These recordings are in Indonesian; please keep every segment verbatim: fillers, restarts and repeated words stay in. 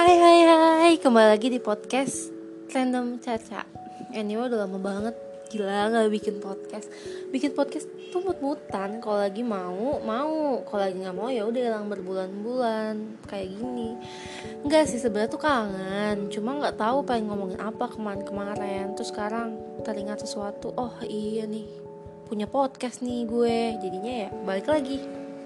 Hai hai hai, kembali lagi di podcast Random Caca. Anyway udah lama banget, gila gak bikin podcast. Bikin podcast tuh mut-mutan, kalau lagi mau, mau. Kalau lagi gak mau ya udah hilang berbulan-bulan kayak gini. Enggak sih, sebenarnya tuh kangen, cuma gak tahu pengen ngomongin apa kemarin-kemarin. Terus sekarang teringat sesuatu, oh iya nih, punya podcast nih gue. Jadinya ya balik lagi.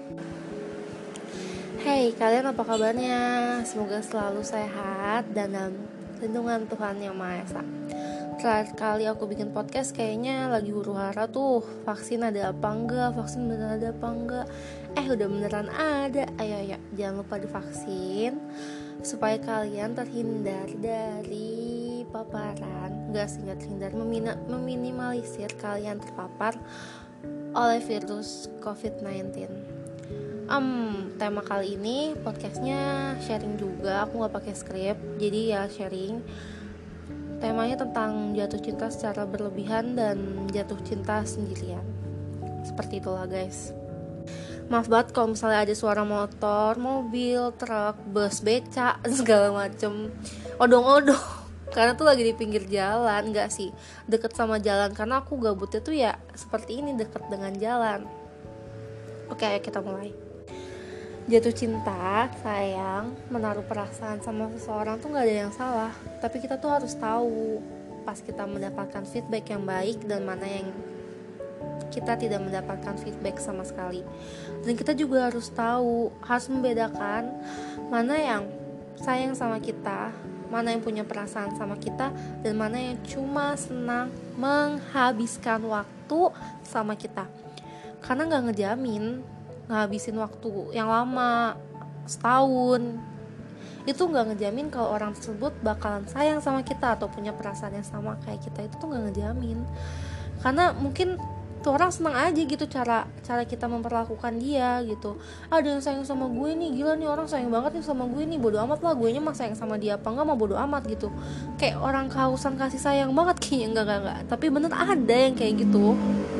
Hey, kalian apa kabarnya? Semoga selalu sehat dan dalam lindungan Tuhan Yang Maha Esa. Terakhir kali aku bikin podcast kayaknya lagi huru-hara tuh. Vaksin ada apa enggak? Vaksin beneran ada apa enggak? Eh, udah beneran ada. Ayo, ayo, jangan lupa divaksin supaya kalian terhindar dari paparan. Enggak sih, enggak terhindar, memina, meminimalisir kalian terpapar oleh virus covid sembilan belas. Um, tema kali ini podcastnya sharing juga, aku gak pakai skrip, jadi ya sharing. Temanya tentang jatuh cinta secara berlebihan dan jatuh cinta sendirian. Seperti itulah guys. Maaf banget kalau misalnya ada suara motor, mobil, truk, bus, beca, segala macem, odong-odong. Karena tuh lagi di pinggir jalan, gak sih deket sama jalan, karena aku gabutnya tuh ya seperti ini, deket dengan jalan. Oke, ayo kita mulai. Jatuh cinta, sayang, menaruh perasaan sama seseorang tuh gak ada yang salah. Tapi kita tuh harus tahu pas kita mendapatkan feedback yang baik dan mana yang kita tidak mendapatkan feedback sama sekali. Dan kita juga harus tahu, harus membedakan mana yang sayang sama kita, mana yang punya perasaan sama kita, dan mana yang cuma senang menghabiskan waktu sama kita. Karena gak ngejamin ngabisin waktu yang lama, setahun, itu gak ngejamin kalau orang tersebut bakalan sayang sama kita atau punya perasaan yang sama kayak kita. Itu tuh gak ngejamin. Karena mungkin tuh orang senang aja gitu cara cara kita memperlakukan dia gitu. Ada yang sayang sama gue nih, gila nih orang sayang banget nih sama gue nih, bodo amat lah, gue nya mah sayang sama dia apa enggak mah bodo amat gitu. Kayak orang kehausan kasih sayang banget kayaknya. Enggak, enggak, enggak. Tapi bener ada yang kayak gitu.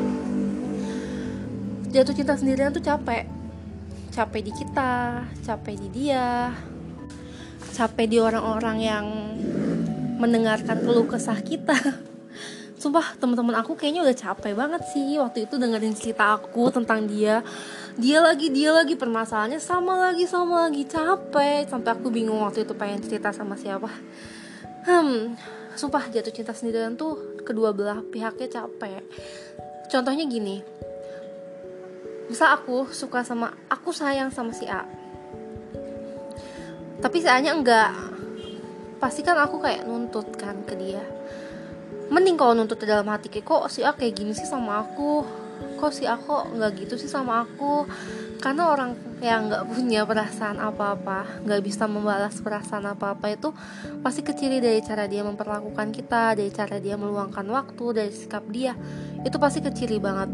Jatuh cinta sendirian tuh capek. Capek di kita, capek di dia, capek di orang-orang yang mendengarkan keluh kesah kita. Sumpah teman-teman aku kayaknya udah capek banget sih waktu itu dengerin cerita aku tentang dia. Dia lagi, dia lagi, permasalahannya sama lagi, sama lagi, capek. Sampai aku bingung waktu itu pengen cerita sama siapa. Hmm, sumpah jatuh cinta sendirian tuh kedua belah pihaknya capek. Contohnya gini, misal aku suka sama, aku sayang sama si A, tapi si A nya enggak, pasti kan aku kayak nuntut kan ke dia. Mending kalau nuntut di dalam hati, kayak kok si A kayak gini sih sama aku, kok si A kok enggak gitu sih sama aku. Karena orang yang enggak punya perasaan apa-apa, enggak bisa membalas perasaan apa-apa itu pasti keciri dari cara dia memperlakukan kita, dari cara dia meluangkan waktu, dari sikap dia. Itu pasti keciri banget.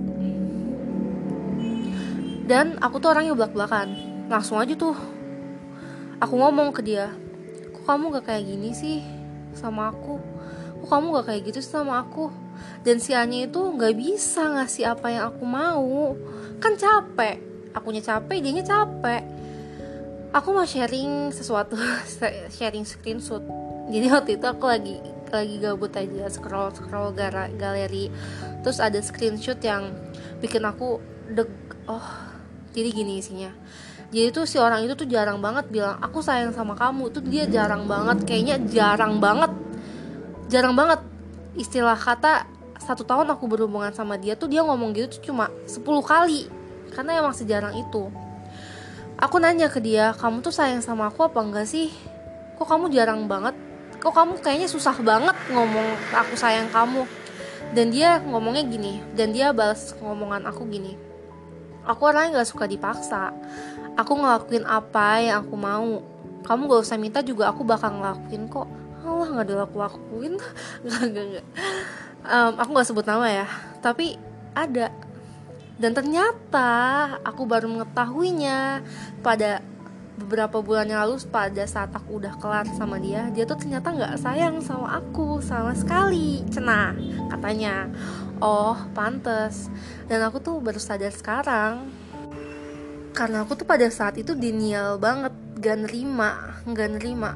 Dan aku tuh orangnya belak-belakan, langsung aja tuh aku ngomong ke dia, kok kamu gak kayak gini sih sama aku, kok kamu gak kayak gitu sih sama aku. Dan si Anya itu gak bisa ngasih apa yang aku mau. Kan capek, akunya capek, dianya capek. Aku mau sharing sesuatu, sharing screenshot. Jadi waktu itu aku lagi lagi gabut aja, scroll scroll galeri, terus ada screenshot yang bikin aku deg. Oh, jadi gini isinya. Jadi tuh si orang itu tuh jarang banget bilang aku sayang sama kamu. Itu dia jarang banget, kayaknya jarang banget. Jarang banget. Istilah kata satu tahun aku berhubungan sama dia tuh dia ngomong gitu tuh cuma sepuluh kali. Karena emang sejarang itu. Aku nanya ke dia, kamu tuh sayang sama aku apa enggak sih? Kok kamu jarang banget? Kok kamu kayaknya susah banget ngomong aku sayang kamu? Dan dia ngomongnya gini, dan dia balas ngomongan aku gini, aku orangnya gak suka dipaksa. Aku ngelakuin apa yang aku mau. Kamu gak usah minta juga aku bakal ngelakuin kok. Allah, gak ada aku lakuin. Gak, gak, gak. Um, Aku gak sebut nama ya, tapi ada. Dan ternyata aku baru mengetahuinya pada beberapa bulan yang lalu, pada saat aku udah kelar sama dia. Dia tuh ternyata gak sayang sama aku sama sekali, cenah katanya. Oh, pantes. Dan aku tuh baru sadar sekarang, karena aku tuh pada saat itu denial banget, gak nerima, gak nerima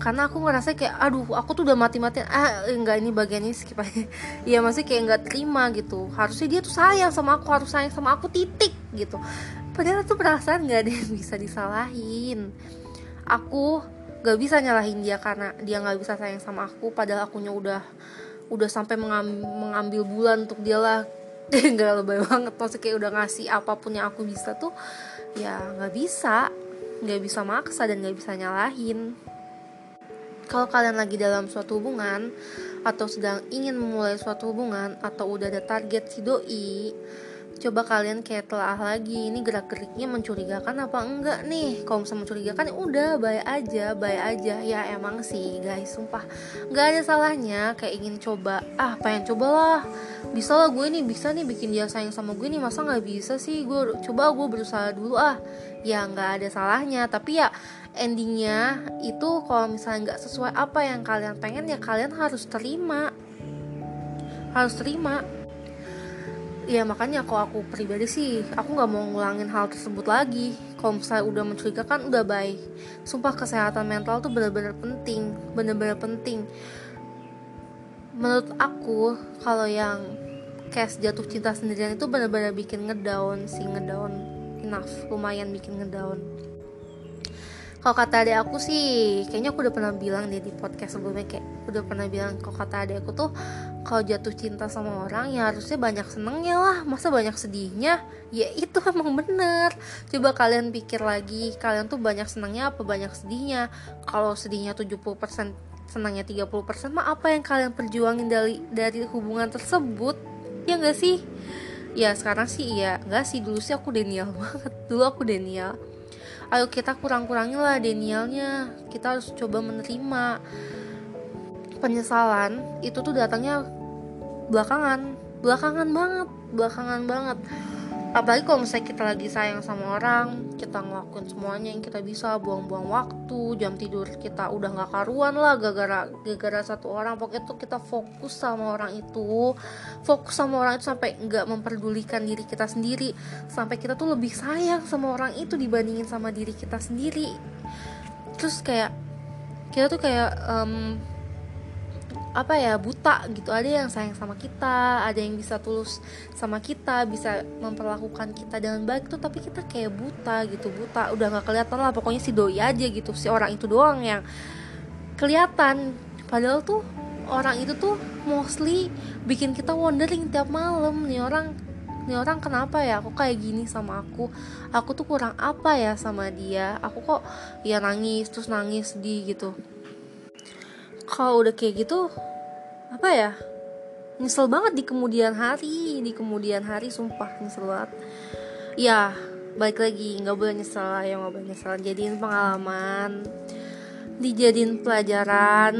karena aku ngerasa kayak aduh aku tuh udah mati-matian ah enggak ini bagiannya skip aja. Ya maksudnya kayak nggak terima gitu, harusnya dia tuh sayang sama aku, harus sayang sama aku titik gitu. Padahal tuh perasaan nggak ada yang bisa disalahin. Aku nggak bisa nyalahin dia karena dia nggak bisa sayang sama aku, padahal akunya udah udah sampai mengambil, mengambil bulan untuk dia lah. Nggak lebay banget, maksudnya kayak udah ngasih apapun yang aku bisa tuh ya nggak bisa, nggak bisa maksa dan nggak bisa nyalahin. Kalau kalian lagi dalam suatu hubungan atau sedang ingin memulai suatu hubungan atau udah ada target si doi, coba kalian kayak telah lagi ini gerak-geriknya mencurigakan apa enggak nih. Kalau misalnya mencurigakan ya udah baik aja, baik aja. Ya emang sih guys, sumpah nggak ada salahnya kayak ingin coba, ah pengen cobalah, bisa lah gue nih, bisa nih bikin dia sayang sama gue nih, masa nggak bisa sih, gue coba gue berusaha dulu ah. Ya nggak ada salahnya, tapi ya endingnya itu kalau misalnya nggak sesuai apa yang kalian pengen ya kalian harus terima, harus terima. Ya makanya kalau aku pribadi sih aku nggak mau ngulangin hal tersebut lagi. Kalau misalnya udah mencurigakan udah baik. Sumpah kesehatan mental tuh benar-benar penting, benar-benar penting. Menurut aku kalau yang case jatuh cinta sendirian itu benar-benar bikin ngedown sih, ngedown enough, lumayan bikin ngedown. Kalau kata adek aku sih, kayaknya aku udah pernah bilang deh di podcast sebelumnya, kayak udah pernah bilang kalau kata adek aku tuh kalau jatuh cinta sama orang ya harusnya banyak senengnya lah, masa banyak sedihnya? Ya itu emang bener. Coba kalian pikir lagi, kalian tuh banyak senengnya apa banyak sedihnya? Kalau sedihnya tujuh puluh persen, senangnya tiga puluh persen, mah apa yang kalian perjuangin dari dari hubungan tersebut? Ya gak sih? Ya sekarang sih ya gak sih, dulu sih aku denial banget. Dulu aku denial. Ayo kita kurang-kurangin lah denialnya. Kita harus coba menerima. Penyesalan itu tuh datangnya belakangan, belakangan banget, belakangan banget. Apalagi kalau misalnya kita lagi sayang sama orang, kita ngelakuin semuanya yang kita bisa, buang-buang waktu, jam tidur kita udah nggak karuan lah gara-gara gara-gara satu orang. Pokoknya tuh kita fokus sama orang itu, fokus sama orang itu sampai nggak memperdulikan diri kita sendiri, sampai kita tuh lebih sayang sama orang itu dibandingin sama diri kita sendiri. Terus kayak kita tuh kayak um, apa ya, buta gitu. Ada yang sayang sama kita, ada yang bisa tulus sama kita, bisa memperlakukan kita dengan baik tuh, tapi kita kayak buta gitu, buta udah nggak kelihatan lah pokoknya si doi aja gitu, si orang itu doang yang kelihatan. Padahal tuh orang itu tuh mostly bikin kita wondering tiap malam, nih orang nih orang kenapa ya aku kayak gini sama aku, aku tuh kurang apa ya sama dia, aku kok ya nangis terus nangis sedih gitu. Kalau udah kayak gitu apa ya, nyesel banget di kemudian hari, di kemudian hari sumpah nyesel banget. Ya balik lagi, nggak boleh nyesel ya, nggak boleh nyesel, jadiin pengalaman, dijadiin pelajaran.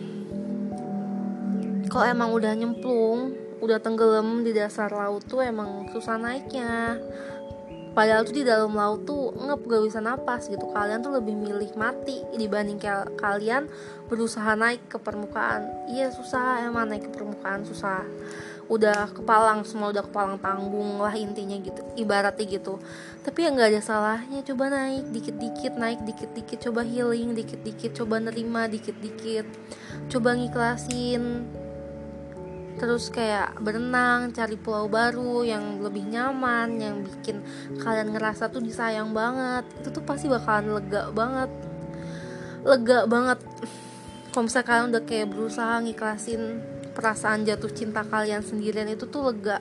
Kalau emang udah nyemplung, udah tenggelam di dasar laut tuh emang susah naiknya. Padahal tuh di dalam laut tuh ngep, gak bisa napas gitu. Kalian tuh lebih milih mati dibanding kal- kalian berusaha naik ke permukaan. Iya susah emang naik ke permukaan, susah. Udah kepalang, semua udah kepalang tanggung lah intinya gitu, ibaratnya gitu. Tapi ya gak ada salahnya coba naik dikit-dikit, naik dikit-dikit, coba healing dikit-dikit, coba nerima dikit-dikit, coba ngiklasin. Terus kayak berenang, cari pulau baru yang lebih nyaman, yang bikin kalian ngerasa tuh disayang banget. Itu tuh pasti bakalan lega banget, lega banget. Kalau misalnya kalian udah kayak berusaha ngiklasin perasaan jatuh cinta kalian sendirian, itu tuh lega.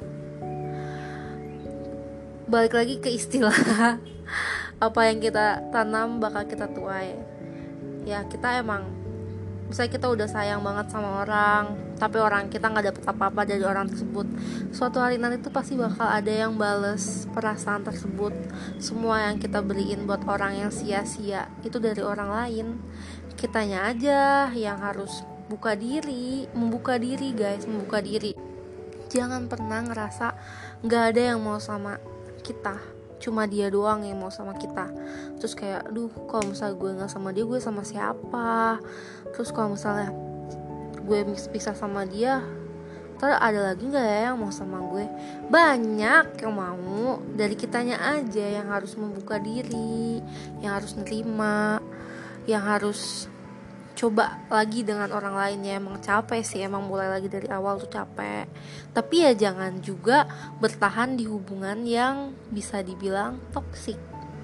Balik lagi ke istilah apa yang kita tanam bakal kita tuai. Ya kita emang, misalnya kita udah sayang banget sama orang, tapi orang kita gak dapet apa-apa dari orang tersebut, suatu hari nanti tuh pasti bakal ada yang bales perasaan tersebut. Semua yang kita beriin buat orang yang sia-sia itu dari orang lain. Kitanya aja yang harus buka diri, membuka diri guys, membuka diri. Jangan pernah ngerasa gak ada yang mau sama kita, cuma dia doang yang mau sama kita. Terus kayak aduh kalau misalnya gue gak sama dia, gue sama siapa? Terus kalau misalnya gue pisah sama dia, ntar ada lagi gak ya yang mau sama gue? Banyak yang mau. Dari kitanya aja yang harus membuka diri, yang harus nerima, yang harus coba lagi dengan orang lain ya. Emang capek sih, emang mulai lagi dari awal tuh capek. Tapi ya jangan juga bertahan di hubungan yang bisa dibilang toksik.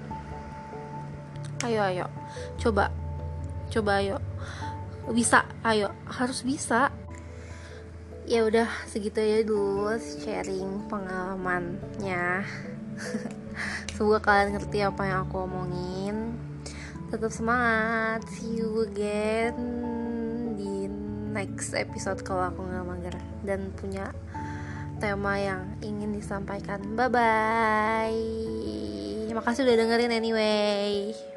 Ayo ayo, coba, coba ayo, bisa, ayo, harus bisa. Ya udah segitu aja dulu sharing pengalamannya. Semoga kalian ngerti apa yang aku omongin. Tetap semangat. See you again di next episode kalau aku gak mager dan punya tema yang ingin disampaikan. Bye bye. Makasih udah dengerin anyway.